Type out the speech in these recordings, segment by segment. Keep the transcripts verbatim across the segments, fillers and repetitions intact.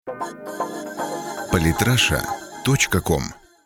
политраша точка ком.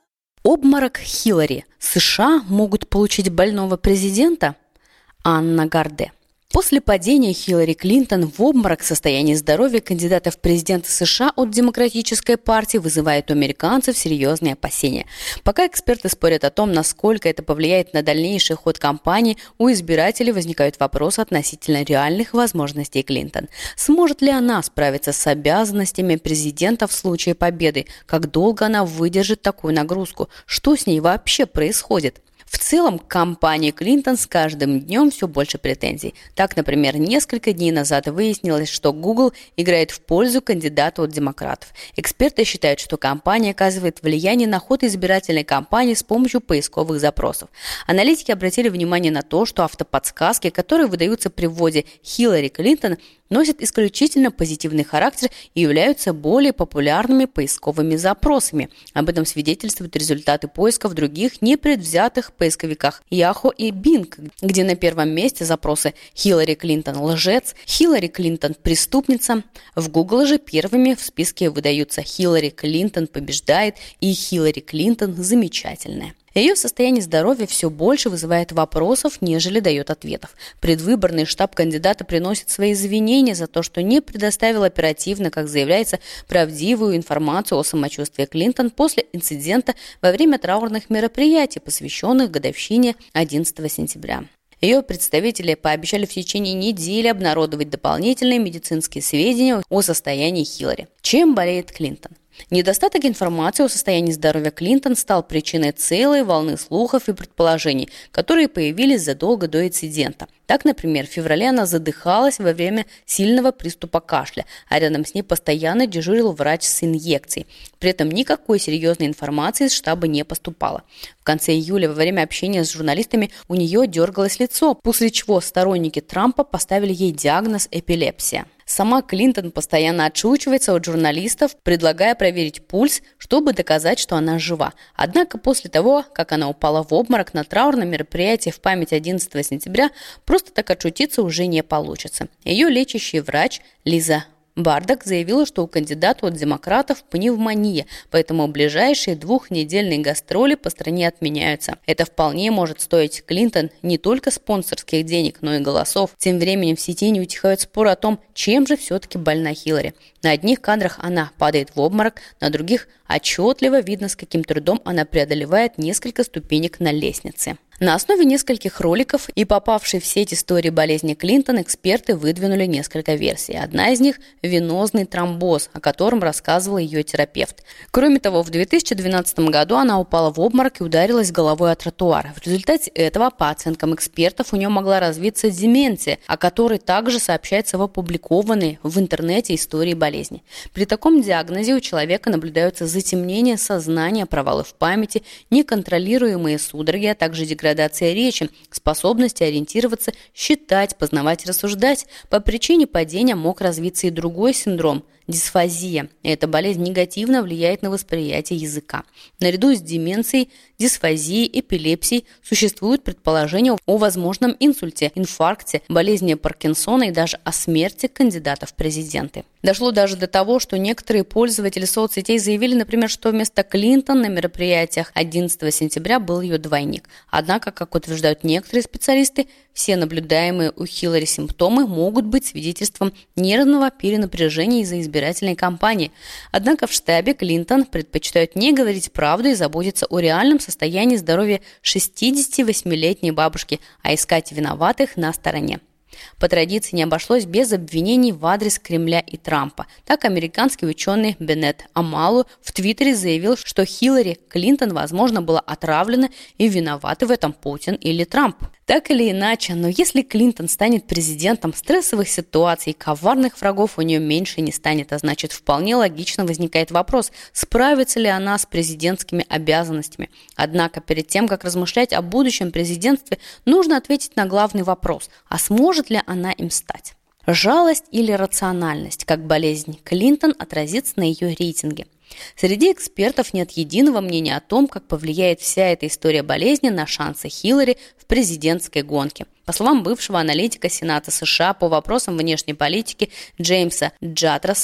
Обморок Хиллари. США могут получить больного президента? Анна Гарде. После падения Хиллари Клинтон в обморок состояние здоровья кандидата в президенты США от Демократической партии вызывает у американцев серьезные опасения. Пока эксперты спорят о том, насколько это повлияет на дальнейший ход кампании, у избирателей возникают вопросы относительно реальных возможностей Клинтон. Сможет ли она справиться с обязанностями президента в случае победы? Как долго она выдержит такую нагрузку? Что с ней вообще происходит? В целом, к кампании Клинтон с каждым днем все больше претензий. Так, например, несколько дней назад выяснилось, что Google играет в пользу кандидата от демократов. Эксперты считают, что кампания оказывает влияние на ход избирательной кампании с помощью поисковых запросов. Аналитики обратили внимание на то, что автоподсказки, которые выдаются при вводе Хиллари Клинтон, носят исключительно позитивный характер и являются более популярными поисковыми запросами. Об этом свидетельствуют результаты поиска в других непредвзятых поисковиках Yahoo и Bing, где на первом месте запросы «Хиллари Клинтон лжец», «Хиллари Клинтон преступница». В Google же первыми в списке выдаются «Хиллари Клинтон побеждает» и «Хиллари Клинтон замечательная». Ее состояние здоровья все больше вызывает вопросов, нежели дает ответов. Предвыборный штаб кандидата приносит свои извинения за то, что не предоставил оперативно, как заявляется, правдивую информацию о самочувствии Клинтон после инцидента во время траурных мероприятий, посвященных годовщине одиннадцатого сентября. Ее представители пообещали в течение недели обнародовать дополнительные медицинские сведения о состоянии Хиллари. Чем болеет Клинтон? Недостаток информации о состоянии здоровья Клинтон стал причиной целой волны слухов и предположений, которые появились задолго до инцидента. Так, например, в феврале она задыхалась во время сильного приступа кашля, а рядом с ней постоянно дежурил врач с инъекцией. При этом никакой серьезной информации из штаба не поступало. В конце июля во время общения с журналистами у нее дергалось лицо, после чего сторонники Трампа поставили ей диагноз эпилепсия. Сама Клинтон постоянно отшучивается от журналистов, предлагая проверить пульс, чтобы доказать, что она жива. Однако после того, как она упала в обморок на траурном мероприятии в память одиннадцатого сентября, просто так отшутиться уже не получится. Ее лечащий врач Лиза Бардак заявила, что у кандидата от демократов пневмония, поэтому ближайшие двухнедельные гастроли по стране отменяются. Это вполне может стоить Клинтон не только спонсорских денег, но и голосов. Тем временем в сети не утихают споры о том, чем же все-таки больна Хиллари. На одних кадрах она падает в обморок, на других отчетливо видно, с каким трудом она преодолевает несколько ступенек на лестнице. На основе нескольких роликов и попавшей в сеть истории болезни Клинтон эксперты выдвинули несколько версий. Одна из них – венозный тромбоз, о котором рассказывал ее терапевт. Кроме того, в две тысячи двенадцатом году она упала в обморок и ударилась головой о тротуар. В результате этого, по оценкам экспертов, у нее могла развиться деменция, о которой также сообщается в опубликованной в интернете истории болезни. При таком диагнозе у человека наблюдаются затемнение сознания, провалы в памяти, неконтролируемые судороги, а также деградация Градация речи, способность ориентироваться, считать, познавать, рассуждать. По причине падения мог развиться и другой синдром – дисфазия. Эта болезнь негативно влияет на восприятие языка. Наряду с деменцией, дисфазией, эпилепсией существуют предположения о возможном инсульте, инфаркте, болезни Паркинсона и даже о смерти кандидата в президенты. Дошло даже до того, что некоторые пользователи соцсетей заявили, например, что вместо Клинтон на мероприятиях одиннадцатого сентября был ее двойник. Однако, как утверждают некоторые специалисты, все наблюдаемые у Хиллари симптомы могут быть свидетельством нервного перенапряжения из-за избирательной кампании. Однако в штабе Клинтон предпочитают не говорить правду и заботиться о реальном состоянии здоровья шестидесятивосьмилетней бабушки, а искать виноватых на стороне. По традиции не обошлось без обвинений в адрес Кремля и Трампа. Так, американский ученый Беннет Амалу в Твиттере заявил, что Хиллари Клинтон, возможно, была отравлена и виноваты в этом Путин или Трамп. Так или иначе, но если Клинтон станет президентом, стрессовых ситуаций и коварных врагов у нее меньше не станет, а значит, вполне логично возникает вопрос, справится ли она с президентскими обязанностями. Однако, перед тем, как размышлять о будущем президентстве, нужно ответить на главный вопрос, а сможет ли она им стать? Жалость или рациональность, как болезнь Клинтон, отразится на ее рейтинге? Среди экспертов нет единого мнения о том, как повлияет вся эта история болезни на шансы Хиллари в президентской гонке. По словам бывшего аналитика Сената США по вопросам внешней политики Джеймса Джатроса,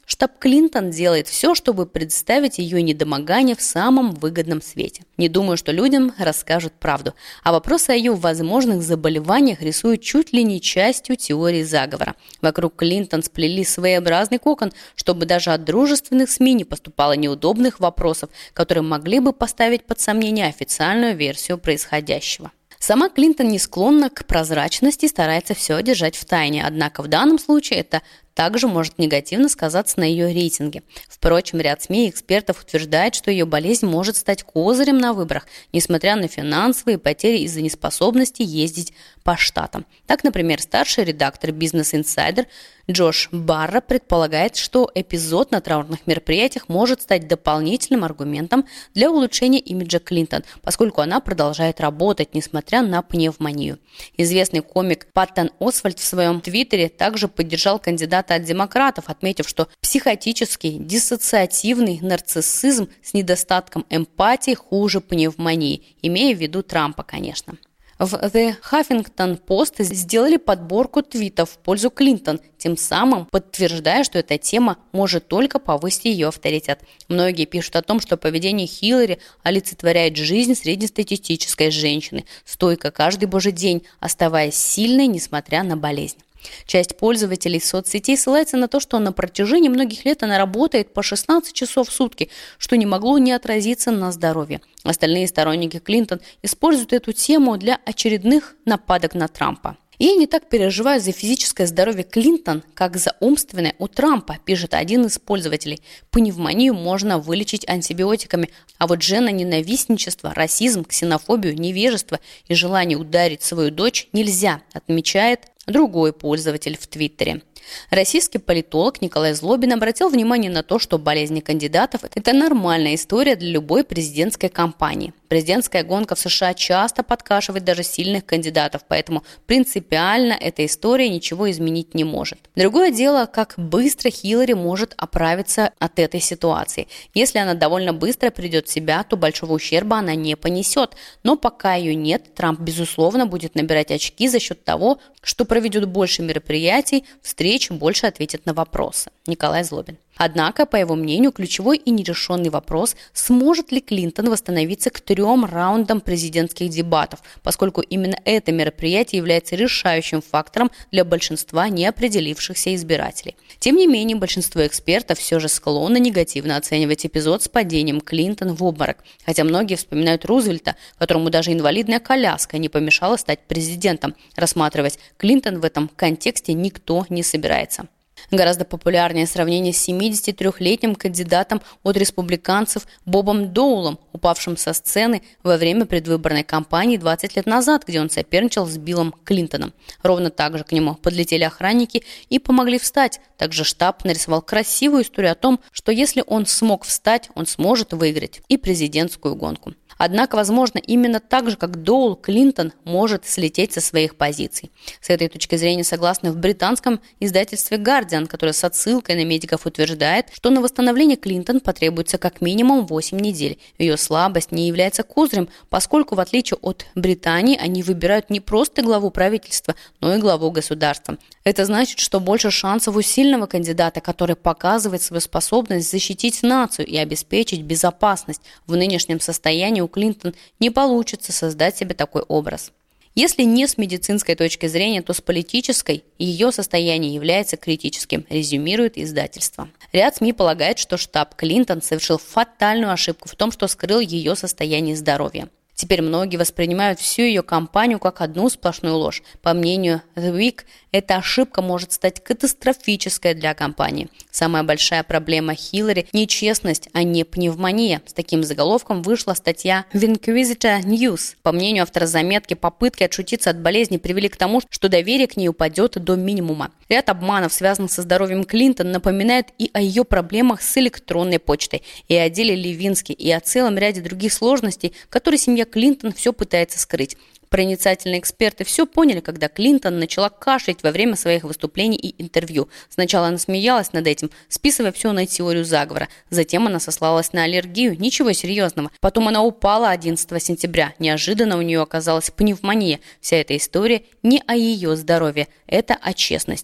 Штаб Клинтон делает все, чтобы представить ее недомогание в самом выгодном свете. Не думаю, что людям расскажут правду. А вопросы о ее возможных заболеваниях рисуют чуть ли не частью теории заговора. Вокруг Клинтон сплели своеобразный кокон, чтобы даже от дружественных СМИ не поступало неудобных вопросов, которые могли бы поставить под сомнение официальную версию происходящего. Сама Клинтон не склонна к прозрачности и старается все держать в тайне, однако в данном случае это также может негативно сказаться на ее рейтинге. Впрочем, ряд СМИ и экспертов утверждает, что ее болезнь может стать козырем на выборах, несмотря на финансовые потери из-за неспособности ездить по штатам. Так, например, старший редактор Business Insider Джош Барра предполагает, что эпизод на траурных мероприятиях может стать дополнительным аргументом для улучшения имиджа Клинтон, поскольку она продолжает работать, несмотря на пневмонию. Известный комик Паттон Освальд в своем твиттере также поддержал кандидата от демократов, отметив, что психотический, диссоциативный нарциссизм с недостатком эмпатии хуже пневмонии, имея в виду Трампа, конечно. В The Huffington Post сделали подборку твитов в пользу Клинтон, тем самым подтверждая, что эта тема может только повысить ее авторитет. Многие пишут о том, что поведение Хиллари олицетворяет жизнь среднестатистической женщины, стойко каждый божий день, оставаясь сильной, несмотря на болезнь. Часть пользователей соцсетей ссылается на то, что на протяжении многих лет она работает по шестнадцать часов в сутки, что не могло не отразиться на здоровье. Остальные сторонники Клинтон используют эту тему для очередных нападок на Трампа. «Я не так переживаю за физическое здоровье Клинтон, как за умственное у Трампа», пишет один из пользователей. «Пневмонию можно вылечить антибиотиками, а вот женоненавистничество, расизм, ксенофобию, невежество и желание ударить свою дочь нельзя», отмечает другой пользователь в Твиттере. Российский политолог Николай Злобин обратил внимание на то, что болезни кандидатов – это нормальная история для любой президентской кампании. Президентская гонка в США часто подкашивает даже сильных кандидатов, поэтому принципиально эта история ничего изменить не может. Другое дело, как быстро Хиллари может оправиться от этой ситуации. Если она довольно быстро придет в себя, то большого ущерба она не понесет. Но пока ее нет, Трамп, безусловно, будет набирать очки за счет того, что проведет больше мероприятий, встреч, больше ответит на вопросы. Николай Злобин. Однако, по его мнению, ключевой и нерешенный вопрос, сможет ли Клинтон восстановиться к трем раундам президентских дебатов, поскольку именно это мероприятие является решающим фактором для большинства неопределившихся избирателей. Тем не менее, большинство экспертов все же склонны негативно оценивать эпизод с падением Клинтон в обморок, хотя многие вспоминают Рузвельта, которому даже инвалидная коляска не помешала стать президентом. Рассматривать Клинтон в этом контексте никто не собирается. Гораздо популярнее сравнение с семидесятитрёхлетним кандидатом от республиканцев Бобом Доулом, упавшим со сцены во время предвыборной кампании двадцать лет назад, где он соперничал с Биллом Клинтоном. Ровно так же к нему подлетели охранники и помогли встать. Также штаб нарисовал красивую историю о том, что если он смог встать, он сможет выиграть и президентскую гонку. Однако, возможно, именно так же, как Доул, Клинтон может слететь со своих позиций. С этой точки зрения согласны в британском издательстве Guardian, которое с отсылкой на медиков утверждает, что на восстановление Клинтон потребуется как минимум восемь недель. Ее слабость не является козырем, поскольку, в отличие от Британии, они выбирают не просто главу правительства, но и главу государства. Это значит, что больше шансов у сильного кандидата, который показывает свою способность защитить нацию и обеспечить безопасность. В нынешнем состоянии у Клинтон не получится создать себе такой образ. Если не с медицинской точки зрения, то с политической ее состояние является критическим, резюмирует издательство. Ряд СМИ полагает, что штаб Клинтон совершил фатальную ошибку в том, что скрыл ее состояние здоровья. Теперь многие воспринимают всю ее кампанию как одну сплошную ложь. По мнению The Week, эта ошибка может стать катастрофической для кампании. Самая большая проблема Хиллари – не честность, а не пневмония. С таким заголовком вышла статья в Inquisitor News. По мнению автора заметки, попытки отшутиться от болезни привели к тому, что доверие к ней упадет до минимума. Ряд обманов, связанных со здоровьем Клинтон, напоминает и о ее проблемах с электронной почтой, и о деле Левински, и о целом ряде других сложностей, которые семья Клинтон все пытается скрыть. Проницательные эксперты все поняли, когда Клинтон начала кашлять во время своих выступлений и интервью. Сначала она смеялась над этим, списывая все на теорию заговора. Затем она сослалась на аллергию. Ничего серьезного. Потом она упала одиннадцатого сентября. Неожиданно у нее оказалась пневмония. Вся эта история не о ее здоровье. Это о честности.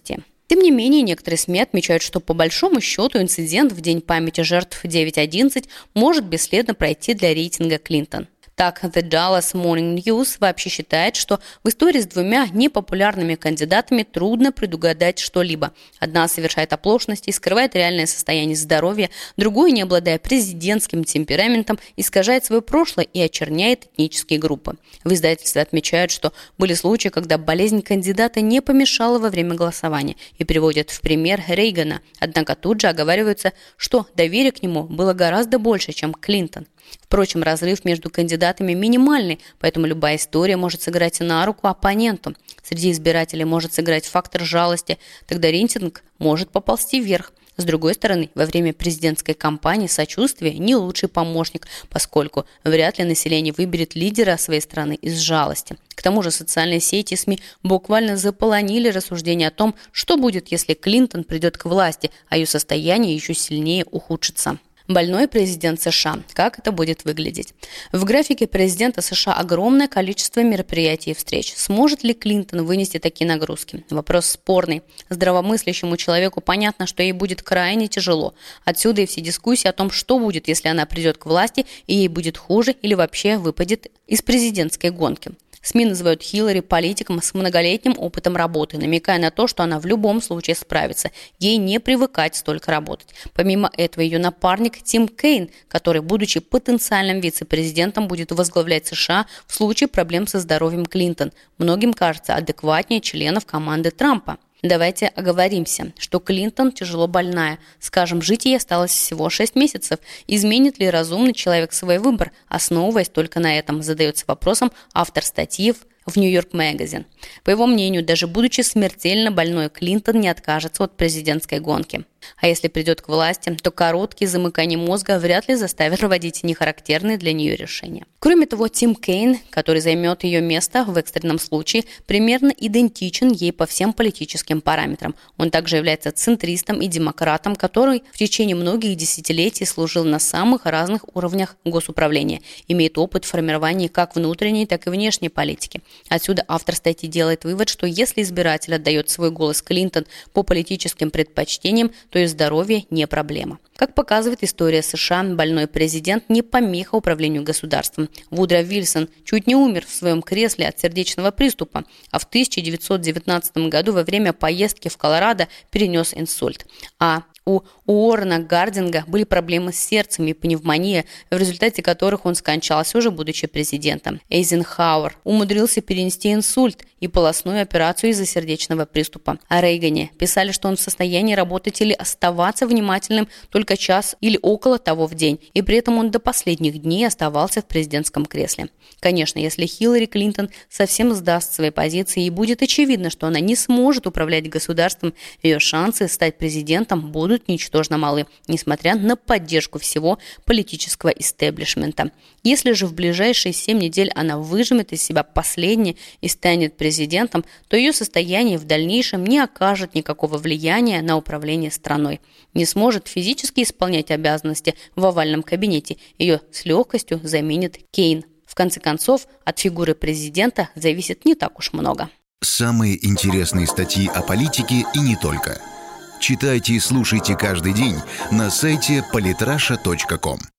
Тем не менее, некоторые СМИ отмечают, что по большому счету инцидент в День памяти жертв девять одиннадцать может бесследно пройти для рейтинга Клинтон. Так, The Dallas Morning News вообще считает, что в истории с двумя непопулярными кандидатами трудно предугадать что-либо. Одна совершает оплошности и скрывает реальное состояние здоровья, другой, не обладая президентским темпераментом, искажает свое прошлое и очерняет этнические группы. В издательстве отмечают, что были случаи, когда болезнь кандидата не помешала во время голосования, и приводят в пример Рейгана, однако тут же оговариваются, что доверие к нему было гораздо больше, чем к Клинтон. Впрочем, разрыв между кандидатами минимальный, поэтому любая история может сыграть на руку оппоненту. Среди избирателей может сыграть фактор жалости, тогда рейтинг может поползти вверх. С другой стороны, во время президентской кампании сочувствие не лучший помощник, поскольку вряд ли население выберет лидера своей страны из жалости. К тому же социальные сети и СМИ буквально заполонили рассуждения о том, что будет, если Клинтон придет к власти, а ее состояние еще сильнее ухудшится. Больной президент США. Как это будет выглядеть? В графике президента США огромное количество мероприятий и встреч. Сможет ли Клинтон вынести такие нагрузки? Вопрос спорный. Здравомыслящему человеку понятно, что ей будет крайне тяжело. Отсюда и все дискуссии о том, что будет, если она придет к власти, и ей будет хуже или вообще выпадет из президентской гонки. СМИ называют Хиллари политиком с многолетним опытом работы, намекая на то, что она в любом случае справится. Ей не привыкать столько работать. Помимо этого, ее напарник Тим Кейн, который, будучи потенциальным вице-президентом, будет возглавлять США в случае проблем со здоровьем Клинтон, многим кажется адекватнее членов команды Трампа. Давайте оговоримся, что Клинтон тяжело больная. Скажем, жить ей осталось всего шесть месяцев. Изменит ли разумный человек свой выбор, основываясь только на этом, задается вопросом автор статьи в Нью-Йорк Magazine. По его мнению, даже будучи смертельно больной, Клинтон не откажется от президентской гонки. А если придет к власти, то короткие замыкания мозга вряд ли заставят проводить нехарактерные для нее решения. Кроме того, Тим Кейн, который займет ее место в экстренном случае, примерно идентичен ей по всем политическим параметрам. Он также является центристом и демократом, который в течение многих десятилетий служил на самых разных уровнях госуправления, имеет опыт в формировании как внутренней, так и внешней политики. Отсюда автор статьи делает вывод, что если избиратель отдает свой голос Клинтон по политическим предпочтениям, то и здоровье не проблема. Как показывает история США, больной президент не помеха управлению государством. Вудро Вильсон чуть не умер в своем кресле от сердечного приступа, а в тысяча девятьсот девятнадцатом году во время поездки в Колорадо перенес инсульт. А у Уоррена Гардинга были проблемы с сердцем и пневмония, в результате которых он скончался уже будучи президентом. Эйзенхауэр умудрился перенести инсульт и полостную операцию из-за сердечного приступа. О Рейгане писали, что он в состоянии работать или оставаться внимательным только час или около того в день, и при этом он до последних дней оставался в президентском кресле. Конечно, если Хиллари Клинтон совсем сдаст свои позиции и будет очевидно, что она не сможет управлять государством, ее шансы стать президентом будут ничтожно малы, несмотря на поддержку всего политического истеблишмента. Если же в ближайшие семь недель она выжмет из себя последнее и станет президентом, то ее состояние в дальнейшем не окажет никакого влияния на управление страной. Не сможет физически исполнять обязанности в овальном кабинете, ее с легкостью заменит Кейн. В конце концов, от фигуры президента зависит не так уж много. Самые интересные статьи о политике и не только. Читайте и слушайте каждый день на сайте политраша точка ком.